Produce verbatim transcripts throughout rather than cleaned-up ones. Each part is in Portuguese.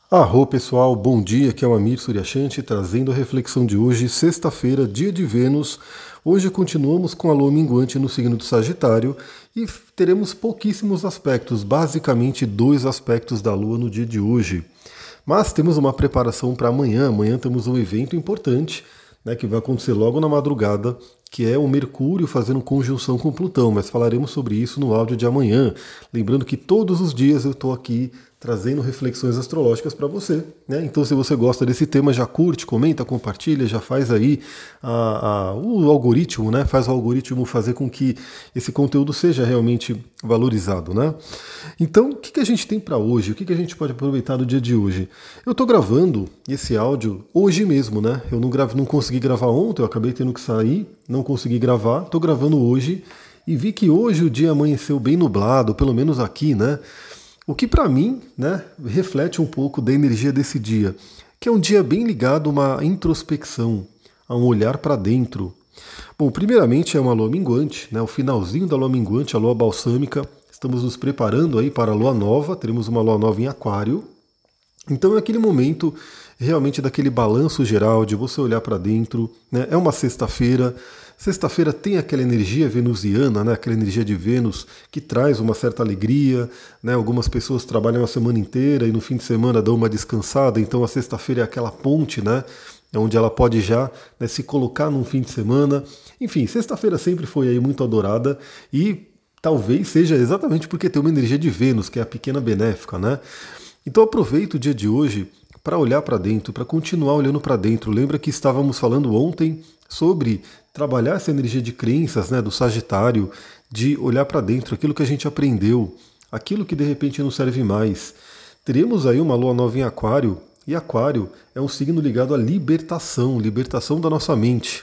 Arro pessoal, bom dia, aqui é o Amir Suryashanti trazendo a reflexão de hoje, sexta-feira, dia de Vênus. Hoje continuamos com a lua minguante no signo do Sagitário e teremos pouquíssimos aspectos, basicamente dois aspectos da lua no dia de hoje. Mas temos uma preparação para amanhã, amanhã temos um evento importante, né, que vai acontecer logo na madrugada, que é o Mercúrio fazendo conjunção com Plutão, mas falaremos sobre isso no áudio de amanhã. Lembrando que todos os dias eu estou aqui trazendo reflexões astrológicas para você, né? Então, se você gosta desse tema, já curte, comenta, compartilha, já faz aí a, a, o algoritmo, né? Faz o algoritmo fazer com que esse conteúdo seja realmente valorizado, né? Então, o que, que a gente tem para hoje? O que, que a gente pode aproveitar do dia de hoje? Eu estou gravando esse áudio hoje mesmo, né? Eu não, gravo, não consegui gravar ontem, eu acabei tendo que sair, não consegui gravar, estou gravando hoje e vi que hoje o dia amanheceu bem nublado, pelo menos aqui, né? O que para mim, né, reflete um pouco da energia desse dia, que é um dia bem ligado a uma introspecção, a um olhar para dentro. Bom, primeiramente é uma lua minguante, né, o finalzinho da lua minguante, a lua balsâmica. Estamos nos preparando aí para a lua nova, teremos uma lua nova em Aquário. Então é aquele momento realmente daquele balanço geral, de você olhar para dentro, né? É uma sexta-feira. Sexta-feira tem aquela energia venusiana, né? Aquela energia de Vênus que traz uma certa alegria, né? Algumas pessoas trabalham a semana inteira e no fim de semana dão uma descansada, então a sexta-feira é aquela ponte, né? Onde ela pode já, né, se colocar num fim de semana. Enfim, sexta-feira sempre foi aí muito adorada e talvez seja exatamente porque tem uma energia de Vênus, que é a pequena benéfica, né? Então aproveita o dia de hoje para olhar para dentro, para continuar olhando para dentro. Lembra que estávamos falando ontem sobre trabalhar essa energia de crenças, né, do Sagitário, de olhar para dentro, aquilo que a gente aprendeu, aquilo que de repente não serve mais. Teremos aí uma lua nova em Aquário, e Aquário é um signo ligado à libertação, libertação da nossa mente.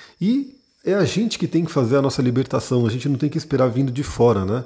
E é a gente que tem que fazer a nossa libertação, a gente não tem que esperar vindo de fora, né?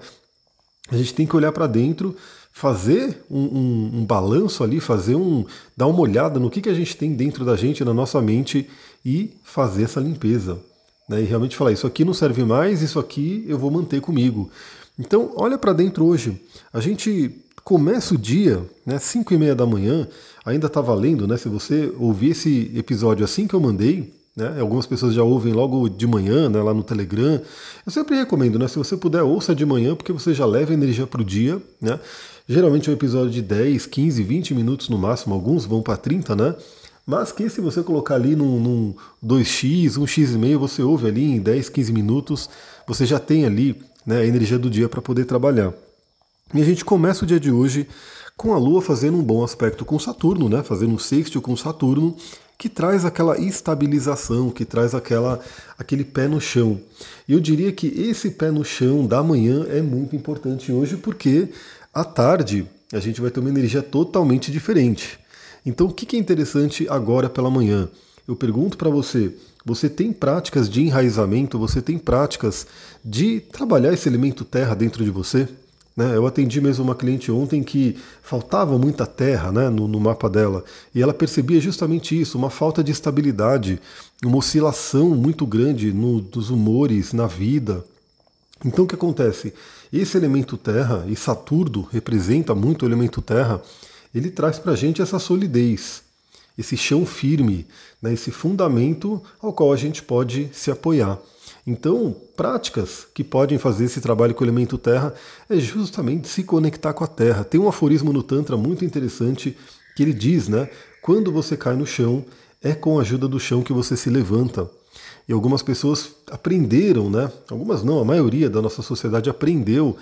A gente tem que olhar para dentro, fazer um, um, um balanço ali, fazer um, dar uma olhada no que, que a gente tem dentro da gente, na nossa mente e fazer essa limpeza, né? E realmente falar, isso aqui não serve mais, isso aqui eu vou manter comigo. Então, olha para dentro hoje. A gente começa o dia, né, cinco e meia da manhã, ainda está valendo, né? Se você ouvir esse episódio assim que eu mandei, né, algumas pessoas já ouvem logo de manhã, né, lá no Telegram. Eu sempre recomendo, né, se você puder, ouça de manhã, porque você já leva energia para o dia, né? Geralmente é um episódio de dez, quinze, vinte minutos no máximo, alguns vão para trinta, né? Mas que se você colocar ali num, num dois x, um x e meio, você ouve ali em dez, quinze minutos, você já tem ali, né, a energia do dia para poder trabalhar. E a gente começa o dia de hoje com a Lua fazendo um bom aspecto com Saturno, né, fazendo um sextil com Saturno, que traz aquela estabilização, que traz aquela, aquele pé no chão. E eu diria que esse pé no chão da manhã é muito importante hoje, porque à tarde a gente vai ter uma energia totalmente diferente. Então o que é interessante agora pela manhã? Eu pergunto para você, você tem práticas de enraizamento, você tem práticas de trabalhar esse elemento terra dentro de você? Eu atendi mesmo uma cliente ontem que faltava muita terra, né, no, no mapa dela, e ela percebia justamente isso, uma falta de estabilidade, uma oscilação muito grande no, dos humores, na vida. Então o que acontece? Esse elemento terra, e Saturno representa muito o elemento terra, ele traz para a gente essa solidez, esse chão firme, né, esse fundamento ao qual a gente pode se apoiar. Então, práticas que podem fazer esse trabalho com o elemento terra é justamente se conectar com a terra. Tem um aforismo no Tantra muito interessante que ele diz, né? Quando você cai no chão, é com a ajuda do chão que você se levanta. E algumas pessoas aprenderam, né? Algumas não, a maioria da nossa sociedade aprendeu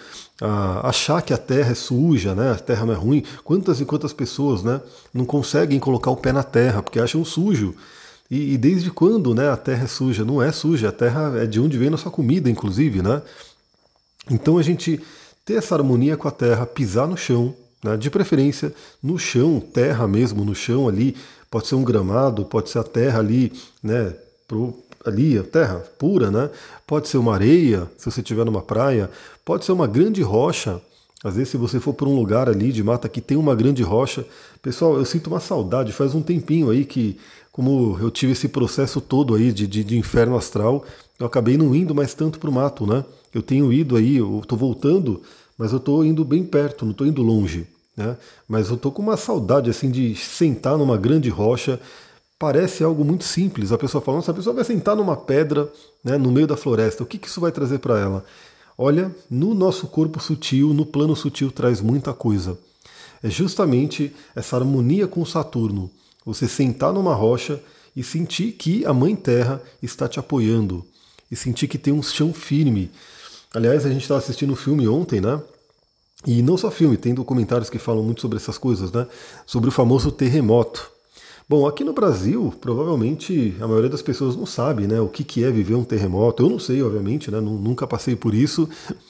a achar que a terra é suja, né? A terra não é ruim. Quantas e quantas pessoas, né, não conseguem colocar o pé na terra porque acham sujo. E, e desde quando, né, a terra é suja? Não é suja, a terra é de onde vem nossa comida, inclusive, né? Então a gente ter essa harmonia com a terra, pisar no chão, né, de preferência no chão, terra mesmo, no chão ali, pode ser um gramado, pode ser a terra ali, né, pro, ali, a terra pura, né? Pode ser uma areia, se você estiver numa praia, pode ser uma grande rocha. Às vezes, se você for por um lugar ali de mata que tem uma grande rocha, pessoal, eu sinto uma saudade. Faz um tempinho aí que, como eu tive esse processo todo aí de, de, de inferno astral, eu acabei não indo mais tanto para o mato, né? Eu tenho ido aí, eu estou voltando, mas eu estou indo bem perto, não estou indo longe. né? Mas eu tô com uma saudade assim de sentar numa grande rocha. Parece algo muito simples. A pessoa fala, nossa, a pessoa vai sentar numa pedra, né, no meio da floresta. O que, que isso vai trazer para ela? Olha, no nosso corpo sutil, no plano sutil, traz muita coisa. É justamente essa harmonia com Saturno. Você sentar numa rocha e sentir que a Mãe Terra está te apoiando. E sentir que tem um chão firme. Aliás, a gente estava assistindo um filme ontem, né? E não só filme, tem documentários que falam muito sobre essas coisas, né? Sobre o famoso terremoto. Bom, aqui no Brasil, provavelmente a maioria das pessoas não sabe, né, o que, que é viver um terremoto. Eu não sei, obviamente, né, nunca passei por isso,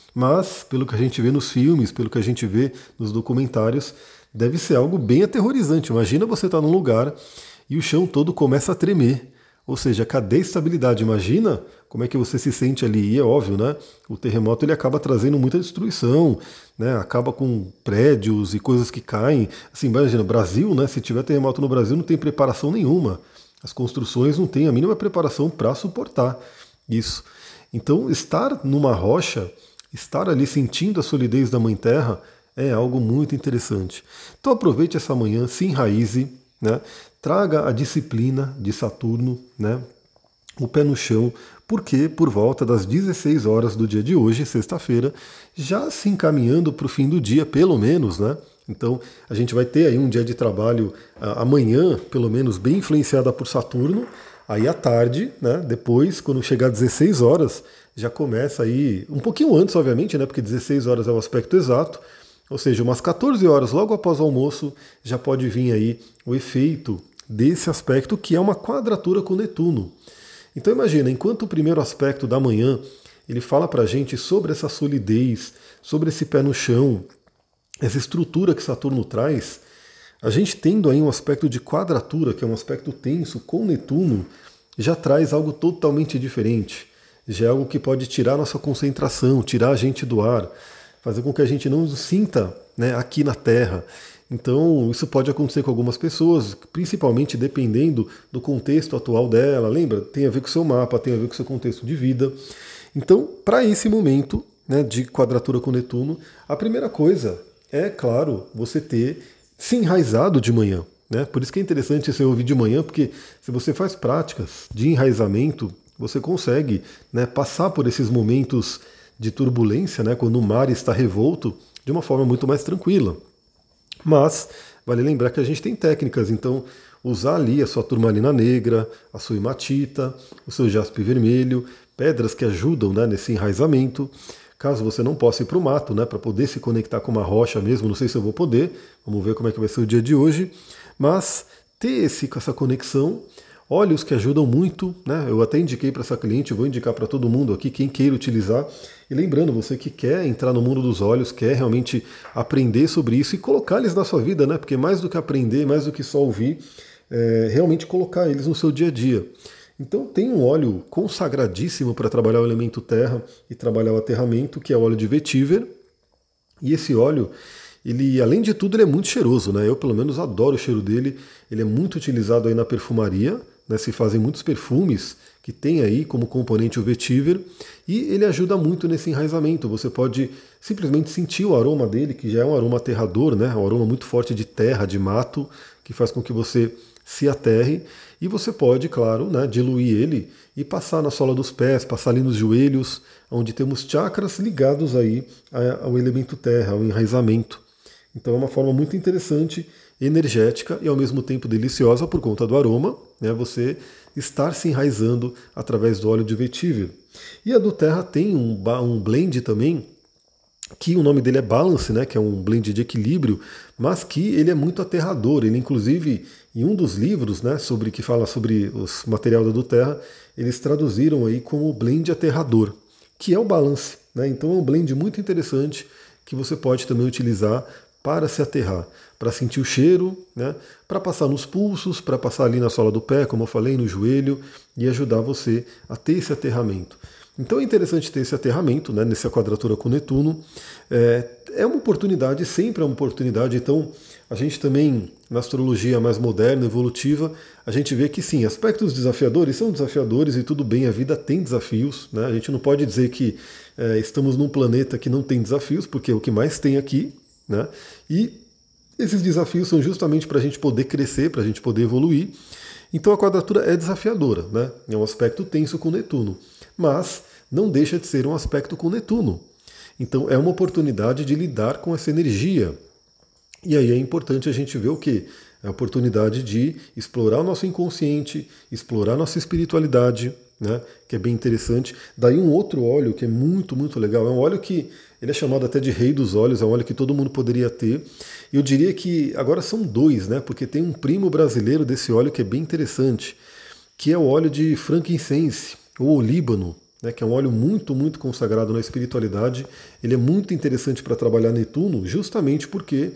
mas pelo que a gente vê nos filmes, pelo que a gente vê nos documentários, deve ser algo bem aterrorizante. Imagina você estar num lugar e o chão todo começa a tremer. Ou seja, cadê a estabilidade? Imagina como é que você se sente ali. E é óbvio, né? O terremoto ele acaba trazendo muita destruição, né? Acaba com prédios e coisas que caem. Assim, imagina, Brasil, né? Se tiver terremoto no Brasil, não tem preparação nenhuma. As construções não têm a mínima preparação para suportar isso. Então, estar numa rocha, estar ali sentindo a solidez da Mãe Terra, é algo muito interessante. Então aproveite essa manhã, se enraize, né? Traga a disciplina de Saturno, né? O pé no chão, porque por volta das dezesseis horas do dia de hoje, sexta-feira, já se encaminhando para o fim do dia, pelo menos, né? Então a gente vai ter aí um dia de trabalho a, amanhã, pelo menos, bem influenciada por Saturno. Aí à tarde, né? Depois, quando chegar às dezesseis horas, já começa aí, um pouquinho antes, obviamente, né? Porque dezesseis horas é o aspecto exato. Ou seja, umas quatorze horas logo após o almoço já pode vir aí o efeito desse aspecto que é uma quadratura com Netuno. Então imagina, enquanto o primeiro aspecto da manhã ele fala para a gente sobre essa solidez, sobre esse pé no chão, essa estrutura que Saturno traz, a gente tendo aí um aspecto de quadratura, que é um aspecto tenso com Netuno, já traz algo totalmente diferente. Já é algo que pode tirar nossa concentração, tirar a gente do ar, fazer com que a gente não sinta, né, aqui na Terra. Então, isso pode acontecer com algumas pessoas, principalmente dependendo do contexto atual dela. Lembra? Tem a ver com o seu mapa, tem a ver com o seu contexto de vida. Então, para esse momento, né, de quadratura com Netuno, a primeira coisa é, claro, você ter se enraizado de manhã. Né? Por isso que é interessante você ouvir de manhã, porque se você faz práticas de enraizamento, você consegue, né, passar por esses momentos de turbulência, né, quando o mar está revolto, de uma forma muito mais tranquila. Mas vale lembrar que a gente tem técnicas, então usar ali a sua turmalina negra, a sua hematita, o seu jaspe vermelho, pedras que ajudam, né, nesse enraizamento. Caso você não possa ir para o mato, né, para poder se conectar com uma rocha mesmo, não sei se eu vou poder, vamos ver como é que vai ser o dia de hoje, mas ter esse, essa conexão. Óleos que ajudam muito, né? Eu até indiquei para essa cliente, vou indicar para todo mundo aqui, quem queira utilizar. E lembrando, você que quer entrar no mundo dos óleos, quer realmente aprender sobre isso e colocar eles na sua vida, né? Porque mais do que aprender, mais do que só ouvir, é realmente colocar eles no seu dia a dia. Então tem um óleo consagradíssimo para trabalhar o elemento terra e trabalhar o aterramento, que é o óleo de vetiver. E esse óleo, ele, além de tudo, ele é muito cheiroso, né? Eu, pelo menos, adoro o cheiro dele. Ele é muito utilizado aí na perfumaria, né? Se fazem muitos perfumes que tem aí como componente o vetiver, e ele ajuda muito nesse enraizamento. Você pode simplesmente sentir o aroma dele, que já é um aroma aterrador, né? Um aroma muito forte de terra, de mato, que faz com que você se aterre. E você pode, claro, né, diluir ele e passar na sola dos pés, passar ali nos joelhos, onde temos chakras ligados aí ao elemento terra, ao enraizamento. Então é uma forma muito interessante, energética e ao mesmo tempo deliciosa por conta do aroma, né, você estar se enraizando através do óleo de vetiver. E a do terra tem um, um blend também, que o nome dele é Balance, né, que é um blend de equilíbrio, mas que ele é muito aterrador. Ele, inclusive, em um dos livros, né, sobre que fala sobre os material da do terra, eles traduziram aí como blend aterrador, que é o Balance. Né? Então é um blend muito interessante que você pode também utilizar para se aterrar, para sentir o cheiro, né, para passar nos pulsos, para passar ali na sola do pé, como eu falei, no joelho, e ajudar você a ter esse aterramento. Então é interessante ter esse aterramento, né, nessa quadratura com Netuno. É, é uma oportunidade, sempre é uma oportunidade. Então a gente também, na astrologia mais moderna, evolutiva, a gente vê que sim, aspectos desafiadores são desafiadores e tudo bem, a vida tem desafios. Né? A gente não pode dizer que é, estamos num planeta que não tem desafios, porque é o que mais tem aqui. Né? E Esses desafios são justamente para a gente poder crescer, para a gente poder evoluir. Então a quadratura é desafiadora, né? É um aspecto tenso com Netuno, mas não deixa de ser um aspecto com Netuno. Então é uma oportunidade de lidar com essa energia. E aí é importante a gente ver o quê? É a oportunidade de explorar o nosso inconsciente, explorar a nossa espiritualidade, né? Que é bem interessante. Daí um outro óleo que é muito, muito legal, é um óleo que ele é chamado até de rei dos óleos, é um óleo que todo mundo poderia ter. Eu diria que agora são dois, né? Porque tem um primo brasileiro desse óleo que é bem interessante, que é o óleo de frankincense, ou olíbano, né, que é um óleo muito, muito consagrado na espiritualidade. Ele é muito interessante para trabalhar Netuno, justamente porque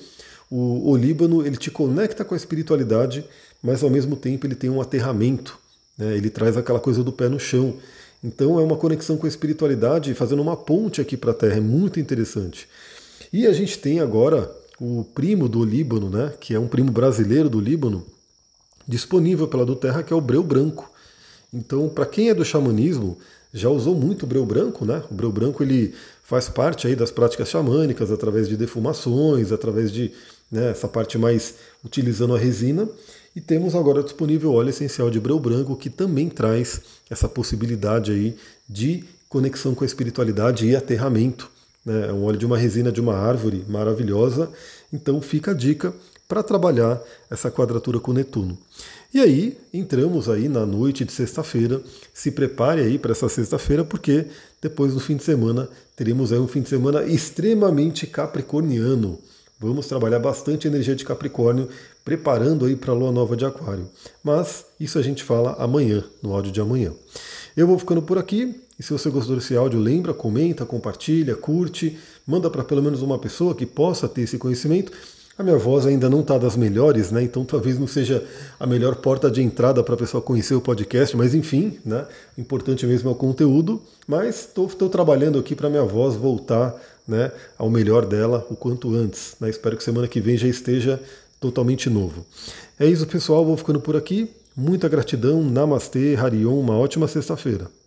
o olíbano ele te conecta com a espiritualidade, mas ao mesmo tempo ele tem um aterramento, né, ele traz aquela coisa do pé no chão. Então é uma conexão com a espiritualidade, fazendo uma ponte aqui para a Terra, é muito interessante. E a gente tem agora o primo do Líbano, né, que é um primo brasileiro do Líbano, disponível pela do Terra, que é o breu branco. Então, para quem é do xamanismo, já usou muito o breu branco, né? O breu branco ele faz parte aí das práticas xamânicas, através de defumações, através de, né, essa parte mais utilizando a resina. E temos agora disponível o óleo essencial de breu branco, que também traz essa possibilidade aí de conexão com a espiritualidade e aterramento. Né? É um óleo de uma resina de uma árvore maravilhosa. Então fica a dica para trabalhar essa quadratura com Netuno. E aí, entramos aí na noite de sexta-feira, se prepare aí para essa sexta-feira, porque depois do fim de semana, teremos aí um fim de semana extremamente capricorniano. Vamos trabalhar bastante energia de Capricórnio, preparando aí para a lua nova de Aquário. Mas isso a gente fala amanhã, no áudio de amanhã. Eu vou ficando por aqui, e se você gostou desse áudio, lembra, comenta, compartilha, curte, manda para pelo menos uma pessoa que possa ter esse conhecimento. A minha voz ainda não está das melhores, né? Então talvez não seja a melhor porta de entrada para a pessoa conhecer o podcast, mas enfim, né? O importante mesmo é o conteúdo. Mas estou trabalhando aqui para a minha voz voltar, né, ao melhor dela o quanto antes. Né? Espero que semana que vem já esteja totalmente novo. É isso, pessoal. Vou ficando por aqui. Muita gratidão. Namastê, Harion. Uma ótima sexta-feira.